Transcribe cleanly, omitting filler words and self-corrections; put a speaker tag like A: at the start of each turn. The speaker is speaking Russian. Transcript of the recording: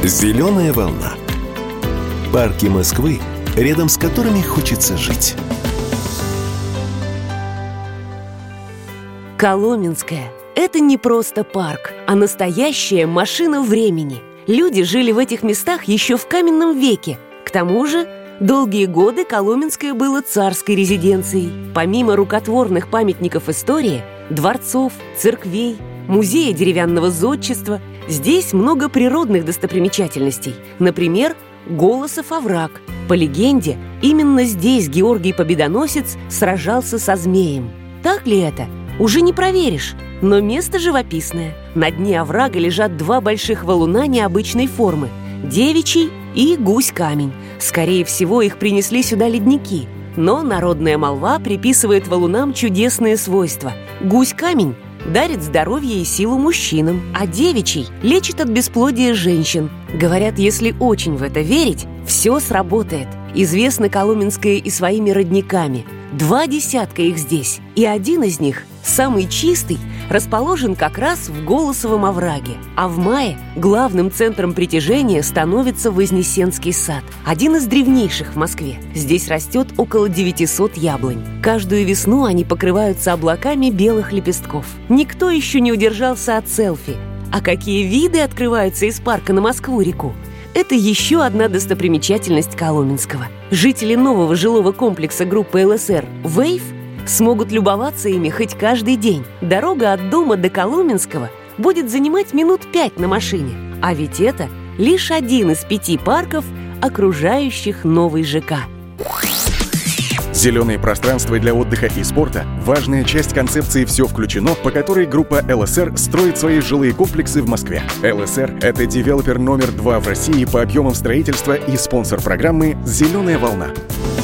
A: Зеленая волна. Парки Москвы, рядом с которыми хочется жить.
B: Коломенское – это не просто парк, а настоящая машина времени. Люди жили в этих местах еще в каменном веке. К тому же, долгие годы Коломенское было царской резиденцией. Помимо рукотворных памятников истории, дворцов, церквей, музея деревянного зодчества, здесь много природных достопримечательностей. Например, Голосов овраг. По легенде, именно здесь Георгий Победоносец сражался со змеем. Так ли это? Уже не проверишь, но место живописное. На дне оврага лежат два больших валуна необычной формы – Девичий и Гусь-камень. Скорее всего, их принесли сюда ледники. Но народная молва приписывает валунам чудесные свойства. Гусь-камень дарит здоровье и силу мужчинам, а Девичий лечит от бесплодия женщин. Говорят, если очень в это верить, все сработает. Известно Коломенское и своими родниками. 2 десятка их здесь, и один из них, самый чистый, расположен как раз в Голосовом овраге. А в мае главным центром притяжения становится Вознесенский сад, один из древнейших в Москве. Здесь растет около 900 яблонь. Каждую весну они покрываются облаками белых лепестков. Никто еще не удержался от селфи. А какие виды открываются из парка на Москву-реку! Это еще одна достопримечательность Коломенского. Жители нового жилого комплекса группы ЛСР «Вейв» смогут любоваться ими хоть каждый день. Дорога от дома до Коломенского будет занимать минут 5 на машине. А ведь это лишь один из 5 парков, окружающих новый ЖК.
C: Зеленые пространства для отдыха и спорта – важная часть концепции «Все включено», по которой группа ЛСР строит свои жилые комплексы в Москве. ЛСР – это девелопер номер 2 в России по объемам строительства и спонсор программы «Зеленая волна».